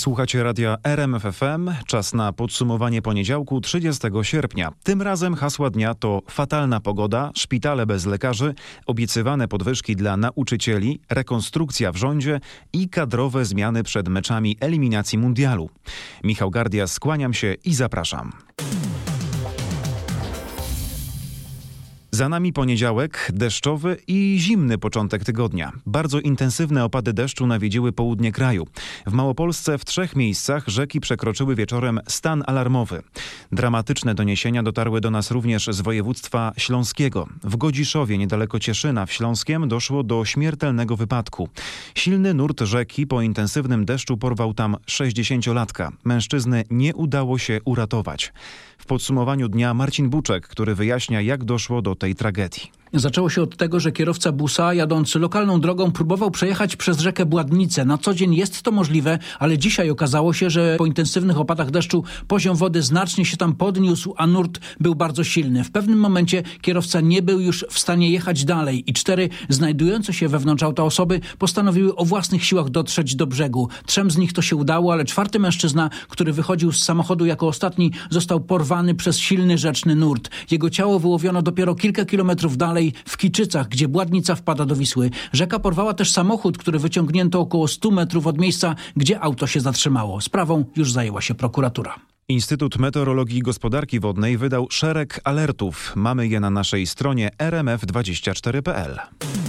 Słuchacie radia RMF FM. Czas na podsumowanie poniedziałku 30 sierpnia. Tym razem hasła dnia to fatalna pogoda, szpitale bez lekarzy, obiecywane podwyżki dla nauczycieli, rekonstrukcja w rządzie i kadrowe zmiany przed meczami eliminacji mundialu. Michał Gardia, skłaniam się i zapraszam. Za nami poniedziałek, deszczowy i zimny początek tygodnia. Bardzo intensywne opady deszczu nawiedziły południe kraju. W Małopolsce w 3 miejscach rzeki przekroczyły wieczorem stan alarmowy. Dramatyczne doniesienia dotarły do nas również z województwa śląskiego. W Godziszowie, niedaleko Cieszyna w Śląskiem, doszło do śmiertelnego wypadku. Silny nurt rzeki po intensywnym deszczu porwał tam 60-latka. Mężczyzny nie udało się uratować. W podsumowaniu dnia Marcin Buczek, który wyjaśnia, jak doszło do tej tragedii. Zaczęło się od tego, że kierowca busa jadąc lokalną drogą próbował przejechać przez rzekę Bładnice. Na co dzień jest to możliwe, ale dzisiaj okazało się, że po intensywnych opadach deszczu poziom wody znacznie się tam podniósł, a nurt był bardzo silny. W pewnym momencie kierowca nie był już w stanie jechać dalej i 4 znajdujące się wewnątrz auta osoby postanowiły o własnych siłach dotrzeć do brzegu. 3 z nich to się udało, ale 4. mężczyzna, który wychodził z samochodu jako ostatni, został porwany przez silny rzeczny nurt. Jego ciało wyłowiono dopiero kilka kilometrów dalej w Kiczycach, gdzie Bładnica wpada do Wisły. Rzeka porwała też samochód, który wyciągnięto około 100 metrów od miejsca, gdzie auto się zatrzymało. Sprawą już zajęła się prokuratura. Instytut Meteorologii i Gospodarki Wodnej wydał szereg alertów. Mamy je na naszej stronie rmf24.pl.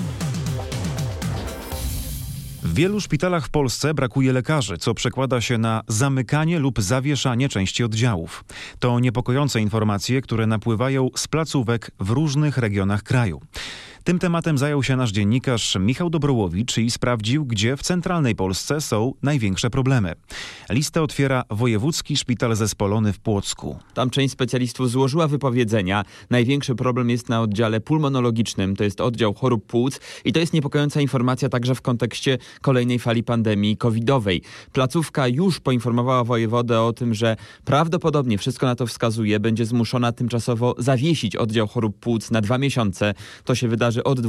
W wielu szpitalach w Polsce brakuje lekarzy, co przekłada się na zamykanie lub zawieszanie części oddziałów. To niepokojące informacje, które napływają z placówek w różnych regionach kraju. Tym tematem zajął się nasz dziennikarz Michał Dobrołowicz i sprawdził, gdzie w centralnej Polsce są największe problemy. Listę otwiera Wojewódzki Szpital Zespolony w Płocku. Tam część specjalistów złożyła wypowiedzenia. Największy problem jest na oddziale pulmonologicznym, to jest oddział chorób płuc i to jest niepokojąca informacja także w kontekście kolejnej fali pandemii covidowej. Placówka już poinformowała wojewodę o tym, że prawdopodobnie, wszystko na to wskazuje, będzie zmuszona tymczasowo zawiesić oddział chorób płuc na 2 miesiące. To się wydarzy od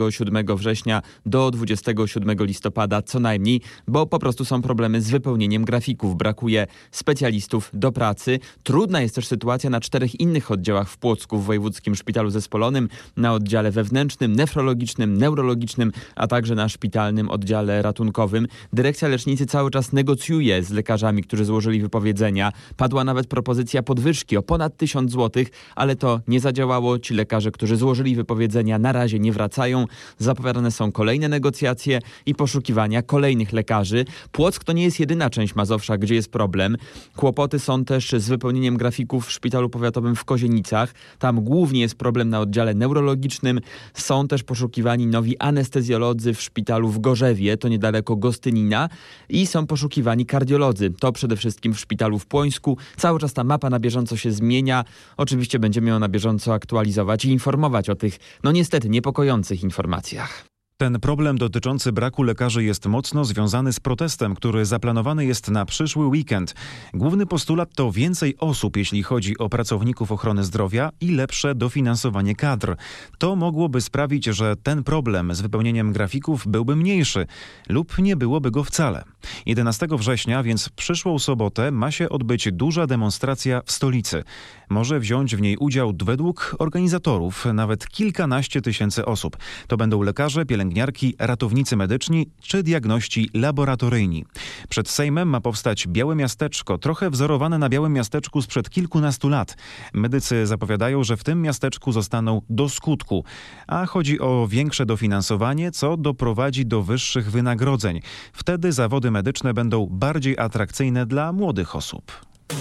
27 września do 27 listopada co najmniej, bo po prostu są problemy z wypełnieniem grafików. Brakuje specjalistów do pracy. Trudna jest też sytuacja na 4 innych oddziałach w Płocku, w Wojewódzkim Szpitalu Zespolonym, na oddziale wewnętrznym, nefrologicznym, neurologicznym, a także na szpitalnym oddziale ratunkowym. Dyrekcja lecznicy cały czas negocjuje z lekarzami, którzy złożyli wypowiedzenia. Padła nawet propozycja podwyżki o ponad 1000 zł, ale to nie zadziałało. Ci lekarze, którzy złożyli wypowiedzenia, na razie nie wracają. Zapowiadane są kolejne negocjacje i poszukiwania kolejnych lekarzy. Płock to nie jest jedyna część Mazowsza, gdzie jest problem. Kłopoty są też z wypełnieniem grafików w szpitalu powiatowym w Kozienicach. Tam głównie jest problem na oddziale neurologicznym. Są też poszukiwani nowi anestezjolodzy w szpitalu w Gorzewie, to niedaleko Gostynina, i są poszukiwani kardiolodzy. To przede wszystkim w szpitalu w Płońsku. Cały czas ta mapa na bieżąco się zmienia. Oczywiście będziemy ją na bieżąco aktualizować i informować o tych, niestety, niepokojących informacjach. Ten problem dotyczący braku lekarzy jest mocno związany z protestem, który zaplanowany jest na przyszły weekend. Główny postulat to więcej osób, jeśli chodzi o pracowników ochrony zdrowia i lepsze dofinansowanie kadr. To mogłoby sprawić, że ten problem z wypełnieniem grafików byłby mniejszy lub nie byłoby go wcale. 11 września, więc w przyszłą sobotę, ma się odbyć duża demonstracja w stolicy. Może wziąć w niej udział według organizatorów nawet kilkanaście tysięcy osób. To będą lekarze, pielęgniarki, ratownicy medyczni czy diagności laboratoryjni. Przed Sejmem ma powstać białe miasteczko, trochę wzorowane na białym miasteczku sprzed kilkunastu lat. Medycy zapowiadają, że w tym miasteczku zostaną do skutku, a chodzi o większe dofinansowanie, co doprowadzi do wyższych wynagrodzeń. Wtedy zawody medyczne będą bardziej atrakcyjne dla młodych osób.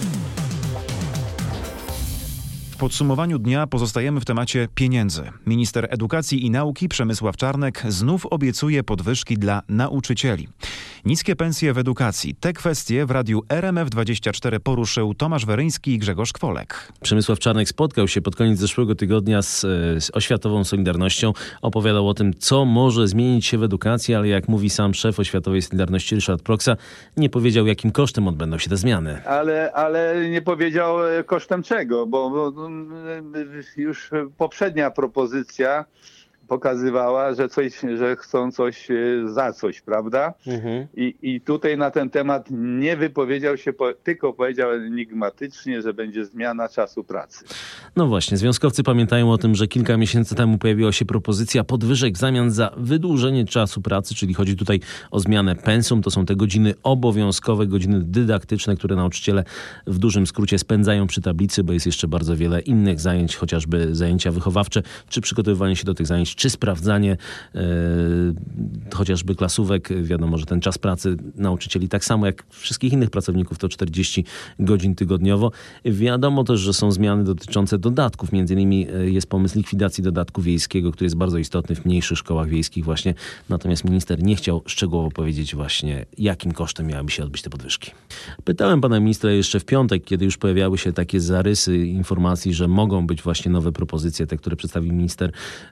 W podsumowaniu dnia pozostajemy w temacie pieniędzy. Minister edukacji i nauki Przemysław Czarnek znów obiecuje podwyżki dla nauczycieli. Niskie pensje w edukacji. Te kwestie w radiu RMF24 poruszył Tomasz Weryński i Grzegorz Kwolek. Przemysław Czarnek spotkał się pod koniec zeszłego tygodnia z Oświatową Solidarnością. Opowiadał o tym, co może zmienić się w edukacji, ale jak mówi sam szef Oświatowej Solidarności Ryszard Proksa, nie powiedział, jakim kosztem odbędą się te zmiany. Ale nie powiedział kosztem czego, bo już poprzednia propozycja pokazywała, że chcą coś za coś, prawda? I tutaj na ten temat nie wypowiedział się, tylko powiedział enigmatycznie, że będzie zmiana czasu pracy. No właśnie, związkowcy pamiętają o tym, że kilka miesięcy temu pojawiła się propozycja podwyżek w zamian za wydłużenie czasu pracy, czyli chodzi tutaj o zmianę pensum. To są te godziny obowiązkowe, godziny dydaktyczne, które nauczyciele w dużym skrócie spędzają przy tablicy, bo jest jeszcze bardzo wiele innych zajęć, chociażby zajęcia wychowawcze, czy przygotowywanie się do tych zajęć, czy sprawdzanie chociażby klasówek. Wiadomo, że ten czas pracy nauczycieli, tak samo jak wszystkich innych pracowników, to 40 godzin tygodniowo. Wiadomo też, że są zmiany dotyczące dodatków. Między innymi jest pomysł likwidacji dodatku wiejskiego, który jest bardzo istotny w mniejszych szkołach wiejskich właśnie. Natomiast minister nie chciał szczegółowo powiedzieć właśnie, jakim kosztem miałyby się odbyć te podwyżki. Pytałem pana ministra jeszcze w piątek, kiedy już pojawiały się takie zarysy informacji, że mogą być właśnie nowe propozycje, te, które przedstawił minister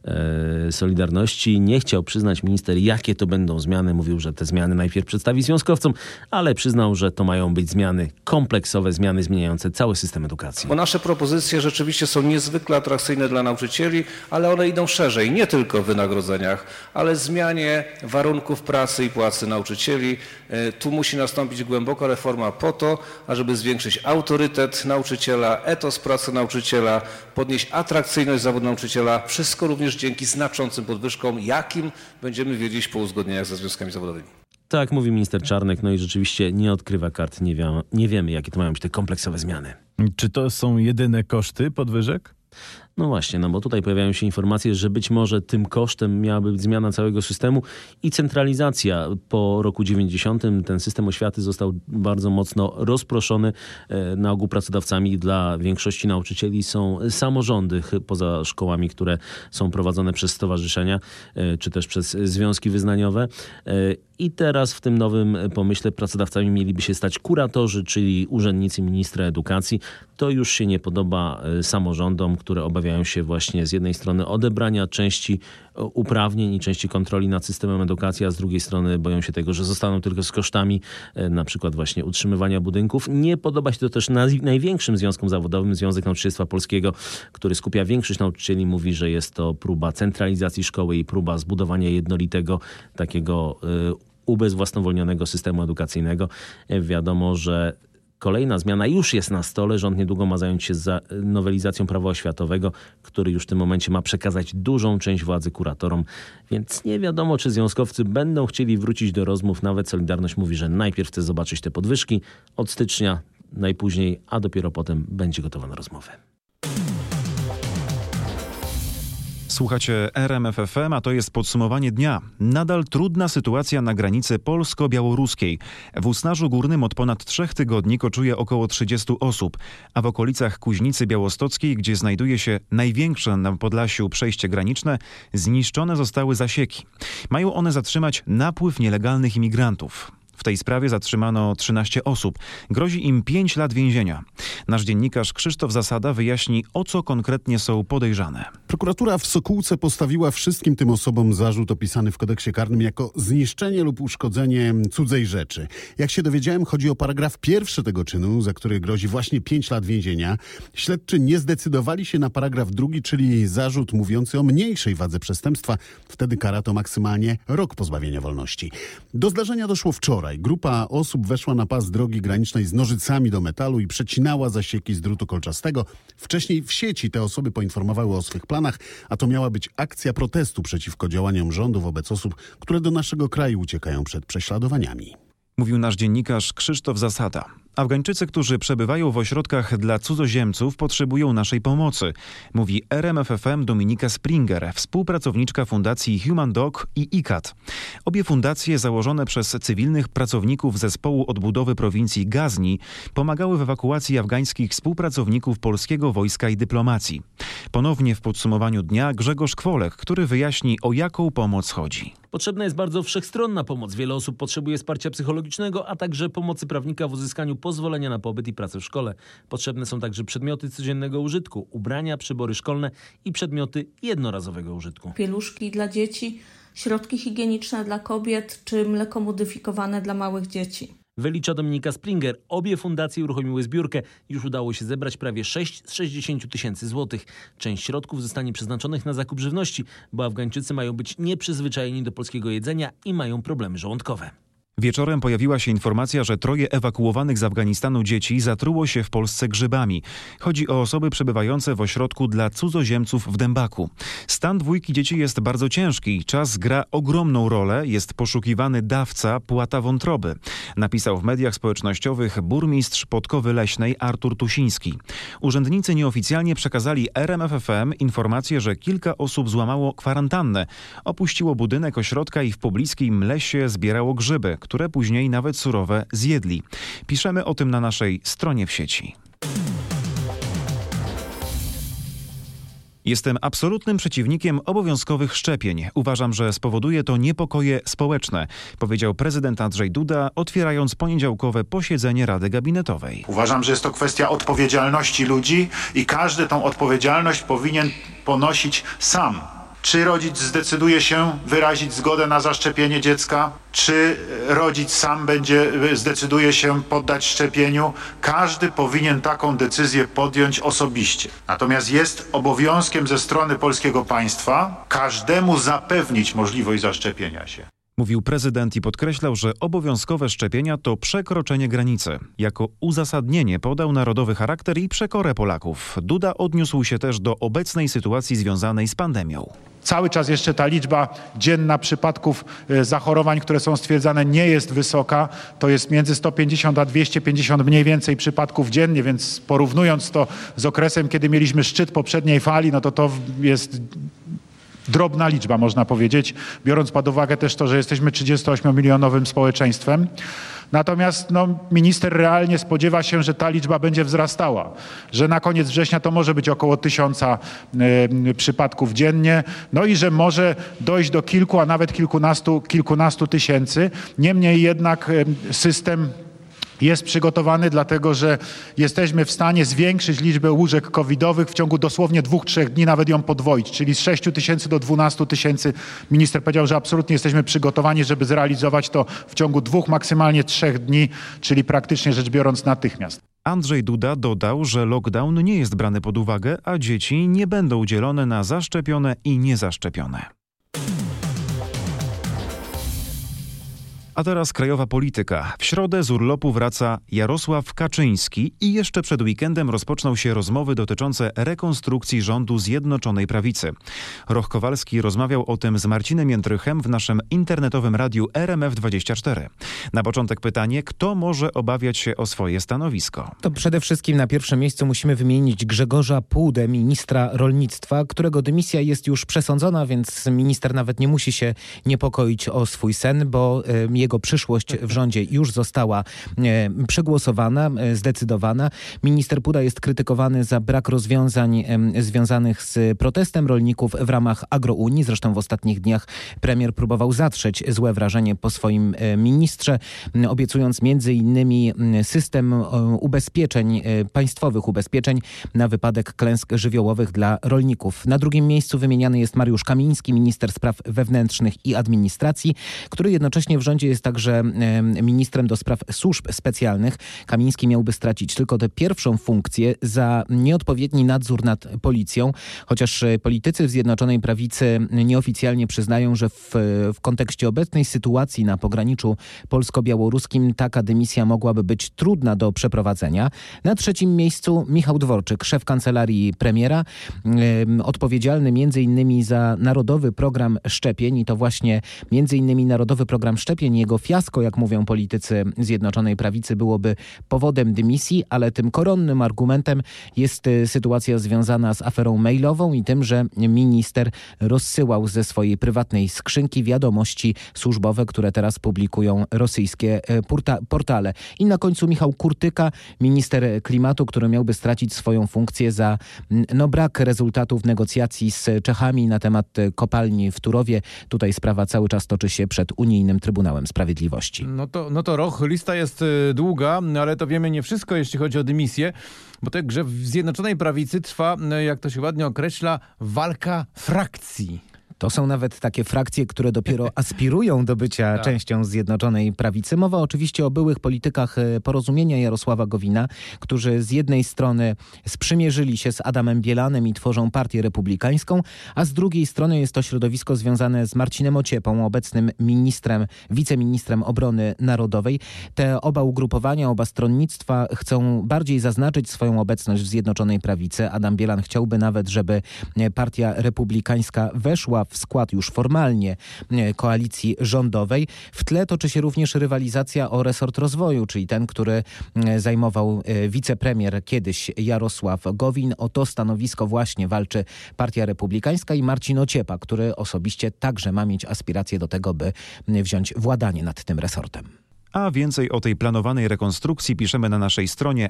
Solidarności. Nie chciał przyznać minister, jakie to będą zmiany. Mówił, że te zmiany najpierw przedstawi związkowcom, ale przyznał, że to mają być zmiany kompleksowe, zmiany zmieniające cały system edukacji. Bo nasze propozycje rzeczywiście są niezwykle atrakcyjne dla nauczycieli, ale one idą szerzej, nie tylko w wynagrodzeniach, ale zmianie warunków pracy i płacy nauczycieli. Tu musi nastąpić głęboka reforma po to, ażeby zwiększyć autorytet nauczyciela, etos pracy nauczyciela, podnieść atrakcyjność zawodu nauczyciela. Wszystko również dzięki znaczącym podwyżkom, jakim będziemy wiedzieć po uzgodnieniach ze związkami zawodowymi. Tak mówi minister Czarnek, no i rzeczywiście nie odkrywa kart, nie wiemy, jakie to mają być te kompleksowe zmiany. Czy to są jedyne koszty podwyżek? No właśnie, no bo tutaj pojawiają się informacje, że być może tym kosztem miałaby być zmiana całego systemu i centralizacja. Po roku 90 ten system oświaty został bardzo mocno rozproszony. Na ogół pracodawcami dla większości nauczycieli są samorządy poza szkołami, które są prowadzone przez stowarzyszenia czy też przez związki wyznaniowe. I teraz w tym nowym pomyśle pracodawcami mieliby się stać kuratorzy, czyli urzędnicy ministra edukacji. To już się nie podoba samorządom, które obawiają się właśnie z jednej strony odebrania części uprawnień i części kontroli nad systemem edukacji, a z drugiej strony boją się tego, że zostaną tylko z kosztami na przykład właśnie utrzymywania budynków. Nie podoba się to też największym związkom zawodowym, Związek Nauczycielstwa Polskiego, który skupia większość nauczycieli, mówi, że jest to próba centralizacji szkoły i próba zbudowania jednolitego takiego ubezwłasnowolnionego systemu edukacyjnego. Wiadomo, że kolejna zmiana już jest na stole. Rząd niedługo ma zająć się nowelizacją prawa oświatowego, który już w tym momencie ma przekazać dużą część władzy kuratorom. Więc nie wiadomo, czy związkowcy będą chcieli wrócić do rozmów. Nawet Solidarność mówi, że najpierw chce zobaczyć te podwyżki od stycznia najpóźniej, a dopiero potem będzie gotowa na rozmowy. Słuchacie RMF FM, a to jest podsumowanie dnia. Nadal trudna sytuacja na granicy polsko-białoruskiej. W Usnarzu Górnym od ponad 3 tygodni koczuje około 30 osób, a w okolicach Kuźnicy Białostockiej, gdzie znajduje się największe na Podlasiu przejście graniczne, zniszczone zostały zasieki. Mają one zatrzymać napływ nielegalnych imigrantów. W tej sprawie zatrzymano 13 osób. Grozi im 5 lat więzienia. Nasz dziennikarz Krzysztof Zasada wyjaśni, o co konkretnie są podejrzane. Prokuratura w Sokółce postawiła wszystkim tym osobom zarzut opisany w kodeksie karnym jako zniszczenie lub uszkodzenie cudzej rzeczy. Jak się dowiedziałem, chodzi o paragraf 1 tego czynu, za który grozi właśnie 5 lat więzienia. Śledczy nie zdecydowali się na paragraf 2, czyli zarzut mówiący o mniejszej wadze przestępstwa. Wtedy kara to maksymalnie rok pozbawienia wolności. Do zdarzenia doszło wczoraj. Grupa osób weszła na pas drogi granicznej z nożycami do metalu i przecinała zasieki z drutu kolczastego. Wcześniej w sieci te osoby poinformowały o swych planach, a to miała być akcja protestu przeciwko działaniom rządu wobec osób, które do naszego kraju uciekają przed prześladowaniami. Mówił nasz dziennikarz Krzysztof Zasada. Afgańczycy, którzy przebywają w ośrodkach dla cudzoziemców, potrzebują naszej pomocy, mówi RMF FM Dominika Springer, współpracowniczka fundacji Human Dog i ICAT. Obie fundacje, założone przez cywilnych pracowników Zespołu Odbudowy Prowincji Gazni, pomagały w ewakuacji afgańskich współpracowników polskiego wojska i dyplomacji. Ponownie w podsumowaniu dnia Grzegorz Kwolek, który wyjaśni, o jaką pomoc chodzi. Potrzebna jest bardzo wszechstronna pomoc. Wiele osób potrzebuje wsparcia psychologicznego, a także pomocy prawnika w uzyskaniu pozwolenia na pobyt i pracę w szkole. Potrzebne są także przedmioty codziennego użytku, ubrania, przybory szkolne i przedmioty jednorazowego użytku. Pieluszki dla dzieci, środki higieniczne dla kobiet czy mleko modyfikowane dla małych dzieci. Wylicza Dominika Springer. Obie fundacje uruchomiły zbiórkę. Już udało się zebrać prawie 6 z 60 tysięcy złotych. Część środków zostanie przeznaczonych na zakup żywności, bo Afgańczycy mają być nieprzyzwyczajeni do polskiego jedzenia i mają problemy żołądkowe. Wieczorem pojawiła się informacja, że 3 ewakuowanych z Afganistanu dzieci zatruło się w Polsce grzybami. Chodzi o osoby przebywające w ośrodku dla cudzoziemców w Dębaku. Stan 2 dzieci jest bardzo ciężki. Czas gra ogromną rolę. Jest poszukiwany dawca płata wątroby. Napisał w mediach społecznościowych burmistrz Podkowy Leśnej Artur Tusiński. Urzędnicy nieoficjalnie przekazali RMFFM informację, że kilka osób złamało kwarantannę. Opuściło budynek ośrodka i w pobliskim lesie zbierało grzyby, które później nawet surowe zjedli. Piszemy o tym na naszej stronie w sieci. Jestem absolutnym przeciwnikiem obowiązkowych szczepień. Uważam, że spowoduje to niepokoje społeczne, powiedział prezydent Andrzej Duda, otwierając poniedziałkowe posiedzenie Rady Gabinetowej. Uważam, że jest to kwestia odpowiedzialności ludzi i każdy tą odpowiedzialność powinien ponosić sam. Czy rodzic zdecyduje się wyrazić zgodę na zaszczepienie dziecka? Czy rodzic sam zdecyduje się poddać szczepieniu? Każdy powinien taką decyzję podjąć osobiście. Natomiast jest obowiązkiem ze strony polskiego państwa każdemu zapewnić możliwość zaszczepienia się. Mówił prezydent i podkreślał, że obowiązkowe szczepienia to przekroczenie granicy. Jako uzasadnienie podał narodowy charakter i przekorę Polaków. Duda odniósł się też do obecnej sytuacji związanej z pandemią. Cały czas jeszcze ta liczba dzienna przypadków zachorowań, które są stwierdzane, nie jest wysoka. To jest między 150 a 250 mniej więcej przypadków dziennie, więc porównując to z okresem, kiedy mieliśmy szczyt poprzedniej fali, no to jest drobna liczba, można powiedzieć, biorąc pod uwagę też to, że jesteśmy 38-milionowym społeczeństwem. Natomiast minister realnie spodziewa się, że ta liczba będzie wzrastała, że na koniec września to może być około 1000 przypadków dziennie, no i że może dojść do kilku, a nawet kilkunastu tysięcy. Niemniej jednak system jest przygotowany, dlatego że jesteśmy w stanie zwiększyć liczbę łóżek covidowych w ciągu dosłownie 2-3 dni, nawet ją podwoić, czyli z 6 tysięcy do 12 tysięcy. Minister powiedział, że absolutnie jesteśmy przygotowani, żeby zrealizować to w ciągu 2, maksymalnie 3 dni, czyli praktycznie rzecz biorąc natychmiast. Andrzej Duda dodał, że lockdown nie jest brany pod uwagę, a dzieci nie będą dzielone na zaszczepione i niezaszczepione. A teraz krajowa polityka. W środę z urlopu wraca Jarosław Kaczyński i jeszcze przed weekendem rozpoczną się rozmowy dotyczące rekonstrukcji rządu Zjednoczonej Prawicy. Roch Kowalski rozmawiał o tym z Marcinem Jędrychem w naszym internetowym radiu RMF24. Na początek pytanie, kto może obawiać się o swoje stanowisko? To przede wszystkim na pierwszym miejscu musimy wymienić Grzegorza Pudę, ministra rolnictwa, którego dymisja jest już przesądzona, więc minister nawet nie musi się niepokoić o swój sen, bo jego przyszłość w rządzie już została przegłosowana, zdecydowana. Minister Puda jest krytykowany za brak rozwiązań związanych z protestem rolników w ramach Agrounii. Zresztą w ostatnich dniach premier próbował zatrzeć złe wrażenie po swoim ministrze, obiecując między innymi system ubezpieczeń, państwowych ubezpieczeń na wypadek klęsk żywiołowych dla rolników. Na drugim miejscu wymieniany jest Mariusz Kamiński, minister spraw wewnętrznych i administracji, który jednocześnie w rządzie jest także ministrem do spraw służb specjalnych. Kamiński miałby stracić tylko tę pierwszą funkcję za nieodpowiedni nadzór nad policją, chociaż politycy w Zjednoczonej Prawicy nieoficjalnie przyznają, że w kontekście obecnej sytuacji na pograniczu polsko-białoruskim taka dymisja mogłaby być trudna do przeprowadzenia. Na trzecim miejscu Michał Dworczyk, szef kancelarii premiera, odpowiedzialny m.in. za Narodowy Program Szczepień i to właśnie m.in. Narodowy Program Szczepień, jego fiasko, jak mówią politycy Zjednoczonej Prawicy, byłoby powodem dymisji, ale tym koronnym argumentem jest sytuacja związana z aferą mailową i tym, że minister rozsyłał ze swojej prywatnej skrzynki wiadomości służbowe, które teraz publikują rosyjskie portale. I na końcu Michał Kurtyka, minister klimatu, który miałby stracić swoją funkcję za brak rezultatów negocjacji z Czechami na temat kopalni w Turowie. Tutaj sprawa cały czas toczy się przed Unijnym Trybunałem Sprawiedliwości. No to Roch, lista jest długa, ale to wiemy nie wszystko, jeśli chodzi o dymisję, bo także w Zjednoczonej Prawicy trwa, jak to się ładnie określa, walka frakcji. To są nawet takie frakcje, które dopiero aspirują do bycia częścią Zjednoczonej Prawicy. Mowa oczywiście o byłych politykach Porozumienia Jarosława Gowina, którzy z jednej strony sprzymierzyli się z Adamem Bielanem i tworzą Partię Republikańską, a z drugiej strony jest to środowisko związane z Marcinem Ociepą, obecnym wiceministrem obrony narodowej. Te oba ugrupowania, oba stronnictwa chcą bardziej zaznaczyć swoją obecność w Zjednoczonej Prawicy. Adam Bielan chciałby nawet, żeby Partia Republikańska weszła w skład już formalnie koalicji rządowej. W tle toczy się również rywalizacja o resort rozwoju, czyli ten, który zajmował wicepremier kiedyś Jarosław Gowin. O to stanowisko właśnie walczy Partia Republikańska i Marcin Ociepa, który osobiście także ma mieć aspiracje do tego, by wziąć władanie nad tym resortem. A więcej o tej planowanej rekonstrukcji piszemy na naszej stronie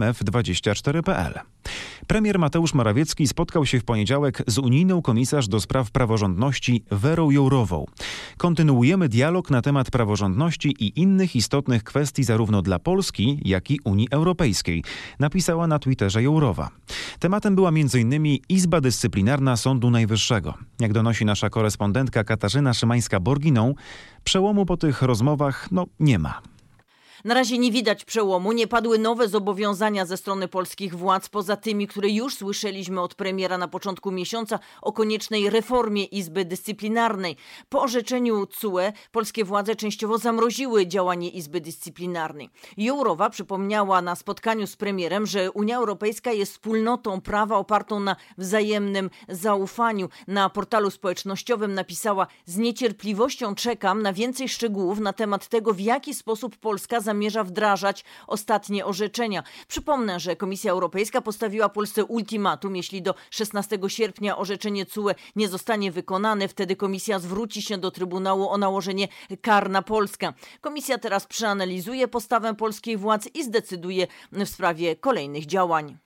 rmf24.pl. Premier Mateusz Morawiecki spotkał się w poniedziałek z unijną komisarz do spraw praworządności Werą Jourową. Kontynuujemy dialog na temat praworządności i innych istotnych kwestii zarówno dla Polski, jak i Unii Europejskiej, napisała na Twitterze Jourowa. Tematem była m.in. Izba Dyscyplinarna Sądu Najwyższego. Jak donosi nasza korespondentka Katarzyna Szymańska-Borginą, przełomu po tych rozmowach nie ma. Na razie nie widać przełomu, nie padły nowe zobowiązania ze strony polskich władz, poza tymi, które już słyszeliśmy od premiera na początku miesiąca o koniecznej reformie Izby Dyscyplinarnej. Po orzeczeniu TSUE polskie władze częściowo zamroziły działanie Izby Dyscyplinarnej. Jourowa przypomniała na spotkaniu z premierem, że Unia Europejska jest wspólnotą prawa opartą na wzajemnym zaufaniu. Na portalu społecznościowym napisała: z niecierpliwością czekam na więcej szczegółów na temat tego, w jaki sposób Polska zamierza wdrażać ostatnie orzeczenia. Przypomnę, że Komisja Europejska postawiła Polsce ultimatum. Jeśli do 16 sierpnia orzeczenie TSUE nie zostanie wykonane, wtedy Komisja zwróci się do Trybunału o nałożenie kar na Polskę. Komisja teraz przeanalizuje postawę polskiej władz i zdecyduje w sprawie kolejnych działań.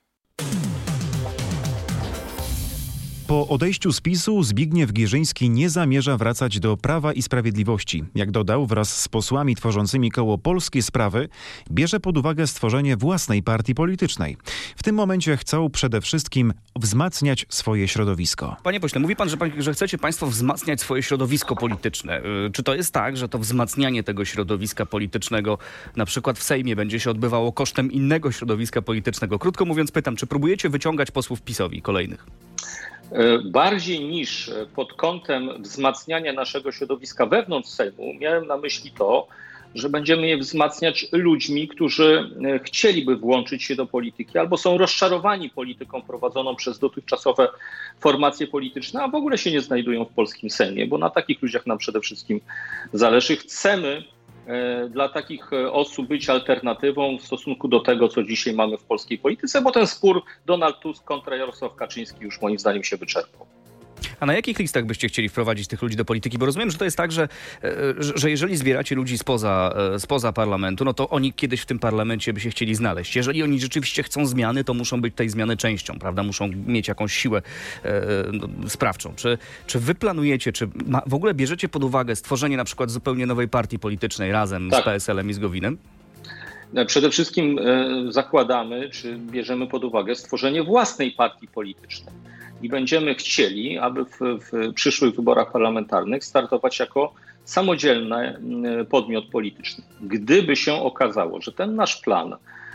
Po odejściu z PiS-u Zbigniew Girzyński nie zamierza wracać do Prawa i Sprawiedliwości. Jak dodał, wraz z posłami tworzącymi koło Polskie Sprawy bierze pod uwagę stworzenie własnej partii politycznej. W tym momencie chcą przede wszystkim wzmacniać swoje środowisko. Panie pośle, mówi pan, że chcecie państwo wzmacniać swoje środowisko polityczne. Czy to jest tak, że to wzmacnianie tego środowiska politycznego na przykład w Sejmie będzie się odbywało kosztem innego środowiska politycznego? Krótko mówiąc pytam, czy próbujecie wyciągać posłów PiS-owi kolejnych? Bardziej niż pod kątem wzmacniania naszego środowiska wewnątrz Sejmu miałem na myśli to, że będziemy je wzmacniać ludźmi, którzy chcieliby włączyć się do polityki albo są rozczarowani polityką prowadzoną przez dotychczasowe formacje polityczne, a w ogóle się nie znajdują w polskim Sejmie, bo na takich ludziach nam przede wszystkim zależy. Chcemy dla takich osób być alternatywą w stosunku do tego, co dzisiaj mamy w polskiej polityce, bo ten spór Donald Tusk kontra Jarosław Kaczyński już moim zdaniem się wyczerpał. A na jakich listach byście chcieli wprowadzić tych ludzi do polityki? Bo rozumiem, że to jest tak, że jeżeli zbieracie ludzi spoza parlamentu, no to oni kiedyś w tym parlamencie by się chcieli znaleźć. Jeżeli oni rzeczywiście chcą zmiany, to muszą być tej zmiany częścią, prawda? Muszą mieć jakąś siłę sprawczą. Czy wy planujecie, w ogóle bierzecie pod uwagę stworzenie na przykład zupełnie nowej partii politycznej razem z PSL-em i z Gowinem? Przede wszystkim zakładamy, czy bierzemy pod uwagę stworzenie własnej partii politycznej. I będziemy chcieli, aby w przyszłych wyborach parlamentarnych startować jako samodzielny podmiot polityczny. Gdyby się okazało, że ten nasz plan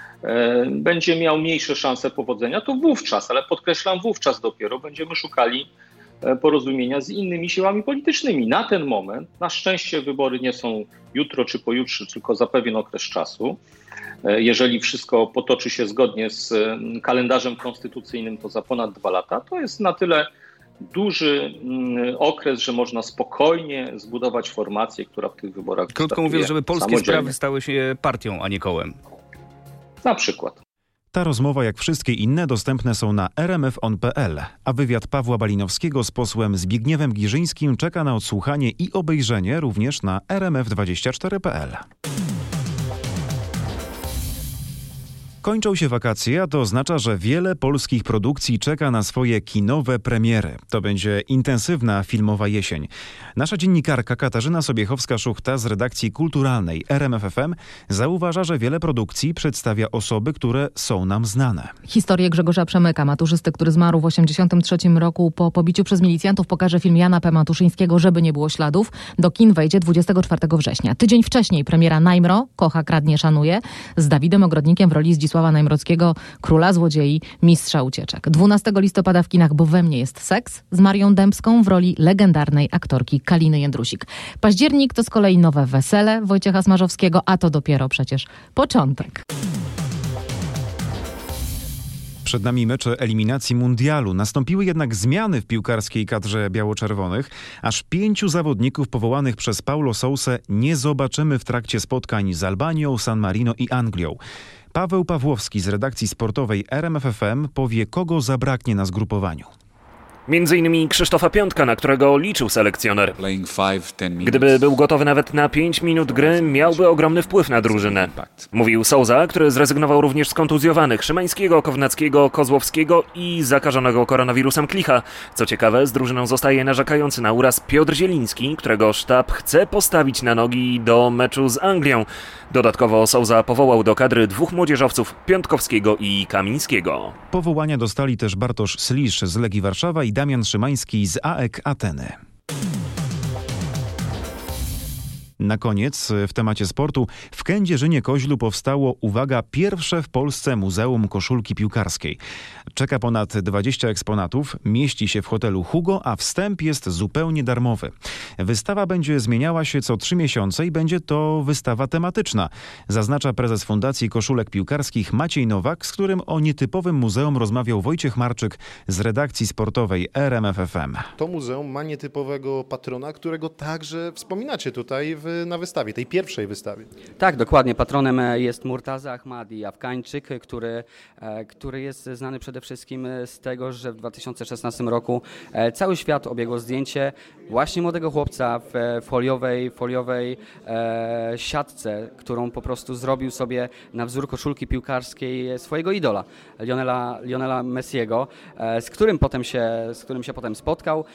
będzie miał mniejsze szanse powodzenia, to wówczas, ale podkreślam wówczas dopiero, będziemy szukali porozumienia z innymi siłami politycznymi. Na ten moment, na szczęście wybory nie są jutro czy pojutrze, tylko za pewien okres czasu. Jeżeli wszystko potoczy się zgodnie z kalendarzem konstytucyjnym, to za ponad 2 lata. To jest na tyle duży okres, że można spokojnie zbudować formację, która w tych wyborach Krótko mówiąc, żeby polskie sprawy stały się partią, a nie kołem. Na przykład. Ta rozmowa, jak wszystkie inne, dostępne są na rmf.on.pl, a wywiad Pawła Balinowskiego z posłem Zbigniewem Girzyńskim czeka na odsłuchanie i obejrzenie również na rmf24.pl. Kończą się wakacje, a to oznacza, że wiele polskich produkcji czeka na swoje kinowe premiery. To będzie intensywna filmowa jesień. Nasza dziennikarka Katarzyna Sobiechowska-Szuchta z redakcji kulturalnej RMFFM zauważa, że wiele produkcji przedstawia osoby, które są nam znane. Historię Grzegorza Przemyka, maturzysty, który zmarł w 1983 roku po pobiciu przez milicjantów, pokaże film Jana P. Matuszyńskiego Żeby nie było śladów. Do kin wejdzie 24 września. Tydzień wcześniej premiera Najmro, Kocha, kradnie, szanuje, z Dawidem Ogrodnikiem w roli Zdzisława Najmrockiego, króla złodziei, mistrza ucieczek. 12 listopada w kinach Bo we mnie jest seks, z Marią Dębską w roli legendarnej aktorki Kaliny Jędrusik. Październik to z kolei Nowe wesele Wojciecha Smarzowskiego, a to dopiero przecież początek. Przed nami mecze eliminacji mundialu. Nastąpiły jednak zmiany w piłkarskiej kadrze biało-czerwonych. Aż 5 zawodników powołanych przez Paulo Sousę nie zobaczymy w trakcie spotkań z Albanią, San Marino i Anglią. Paweł Pawłowski z redakcji sportowej RMFFM powie, kogo zabraknie na zgrupowaniu. Między innymi Krzysztofa Piątka, na którego liczył selekcjoner. Gdyby był gotowy nawet na 5 minut gry, miałby ogromny wpływ na drużynę. Mówił Sousa, który zrezygnował również z kontuzjowanych Szymańskiego, Kownackiego, Kozłowskiego i zakażonego koronawirusem Klicha. Co ciekawe, z drużyną zostaje narzekający na uraz Piotr Zieliński, którego sztab chce postawić na nogi do meczu z Anglią. Dodatkowo Sousa powołał do kadry 2 młodzieżowców, Piątkowskiego i Kamińskiego. Powołania dostali też Bartosz Slisz z Legii Warszawa i Damian Szymański z AEK Ateny. Na koniec w temacie sportu w Kędzierzynie-Koźlu powstało, uwaga, pierwsze w Polsce Muzeum Koszulki Piłkarskiej. Czeka ponad 20 eksponatów, mieści się w hotelu Hugo, a wstęp jest zupełnie darmowy. Wystawa będzie zmieniała się co 3 miesiące i będzie to wystawa tematyczna, zaznacza prezes Fundacji Koszulek Piłkarskich Maciej Nowak, z którym o nietypowym muzeum rozmawiał Wojciech Marczyk z redakcji sportowej RMFFM. To muzeum ma nietypowego patrona, którego także wspominacie tutaj na wystawie, tej pierwszej wystawie. Tak, dokładnie. Patronem jest Murtaza Ahmadi, Afgańczyk, który jest znany przede wszystkim z tego, że w 2016 roku cały świat obiegło zdjęcie właśnie młodego chłopca w foliowej siatce, którą po prostu zrobił sobie na wzór koszulki piłkarskiej swojego idola, Lionela Messiego, z którym się potem spotkał.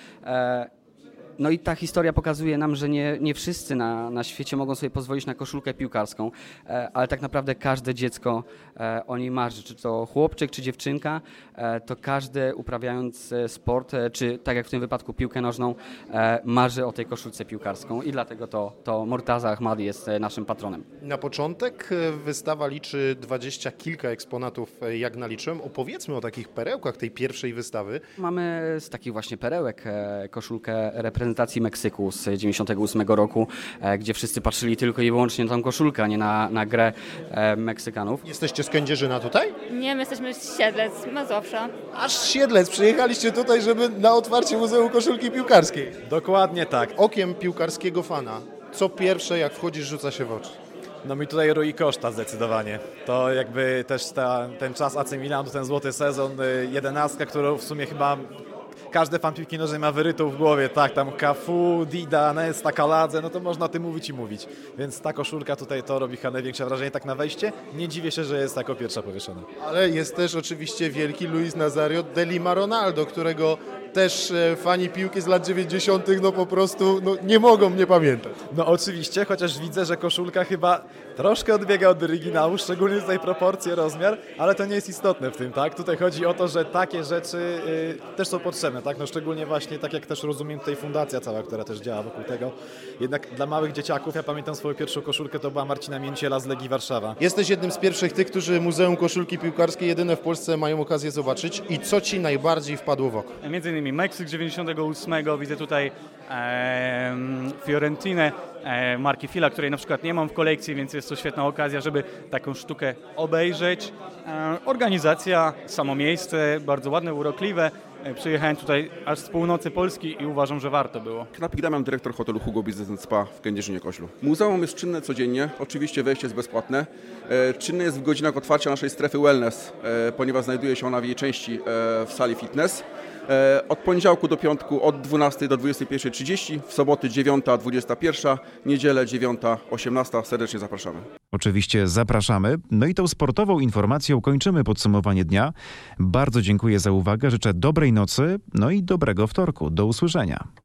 No i ta historia pokazuje nam, że nie wszyscy na świecie mogą sobie pozwolić na koszulkę piłkarską, ale tak naprawdę każde dziecko o niej marzy, czy to chłopczyk, czy dziewczynka, to każdy uprawiając sport, czy tak jak w tym wypadku piłkę nożną, marzy o tej koszulce piłkarską i dlatego to Murtaza Ahmadi jest naszym patronem. Na początek wystawa liczy 20 kilka eksponatów, jak naliczyłem. Opowiedzmy o takich perełkach tej pierwszej wystawy. Mamy z takich właśnie perełek koszulkę reprezentacji Meksyku z 98 roku, gdzie wszyscy patrzyli tylko i wyłącznie na tą koszulkę, a nie na grę Meksykanów. Jesteście z Kędzierzyna tutaj? Nie, my jesteśmy z Siedlec, Mazowsza. Aż z Siedlec przyjechaliście tutaj, żeby na otwarcie Muzeum Koszulki Piłkarskiej. Dokładnie tak. Okiem piłkarskiego fana, co pierwsze jak wchodzisz rzuca się w oczy? No mi tutaj Rui Costa zdecydowanie. To jakby też ten czas AC Milanu, ten złoty sezon, 11, którą w sumie chyba każdy fan piłki nożnej ma wyrytą w głowie, tak, tam Cafu, Dida, Nesta, Kaladze, no to można o tym mówić i mówić. Więc ta koszulka tutaj to robi chyba największe wrażenie tak na wejście. Nie dziwię się, że jest jako pierwsza powieszona. Ale jest też oczywiście wielki Luis Nazario de Lima Ronaldo, którego też fani piłki z lat 90. no po prostu nie mogą nie pamiętać. No oczywiście, chociaż widzę, że koszulka chyba troszkę odbiega od oryginału, szczególnie tutaj proporcje, rozmiar, ale to nie jest istotne w tym, tak? Tutaj chodzi o to, że takie rzeczy też są potrzebne, tak? No szczególnie właśnie, tak jak też rozumiem tutaj fundacja cała, która też działa wokół tego. Jednak dla małych dzieciaków, ja pamiętam swoją pierwszą koszulkę, to była Marcina Mięciela z Legii Warszawa. Jesteś jednym z pierwszych tych, którzy Muzeum Koszulki Piłkarskiej jedyne w Polsce mają okazję zobaczyć. I co ci najbardziej wpadło w oko? Między innymi Meksyk 98, widzę tutaj Fiorentinę marki Fila, której na przykład nie mam w kolekcji, więc jest to świetna okazja, żeby taką sztukę obejrzeć. Organizacja, samo miejsce, bardzo ładne, urokliwe. Przyjechałem tutaj aż z północy Polski i uważam, że warto było. Knapik Damian, dyrektor hotelu Hugo Business & Spa w Kędzierzynie-Koźlu. Muzeum jest czynne codziennie, oczywiście wejście jest bezpłatne. Czynny jest w godzinach otwarcia naszej strefy wellness, ponieważ znajduje się ona w jej części w sali fitness. Od poniedziałku do piątku od 12 do 21:30, w soboty 9-21, niedzielę 9-18. Serdecznie zapraszamy. Oczywiście zapraszamy. No i tą sportową informacją kończymy podsumowanie dnia. Bardzo dziękuję za uwagę, życzę dobrej nocy, no i dobrego wtorku. Do usłyszenia.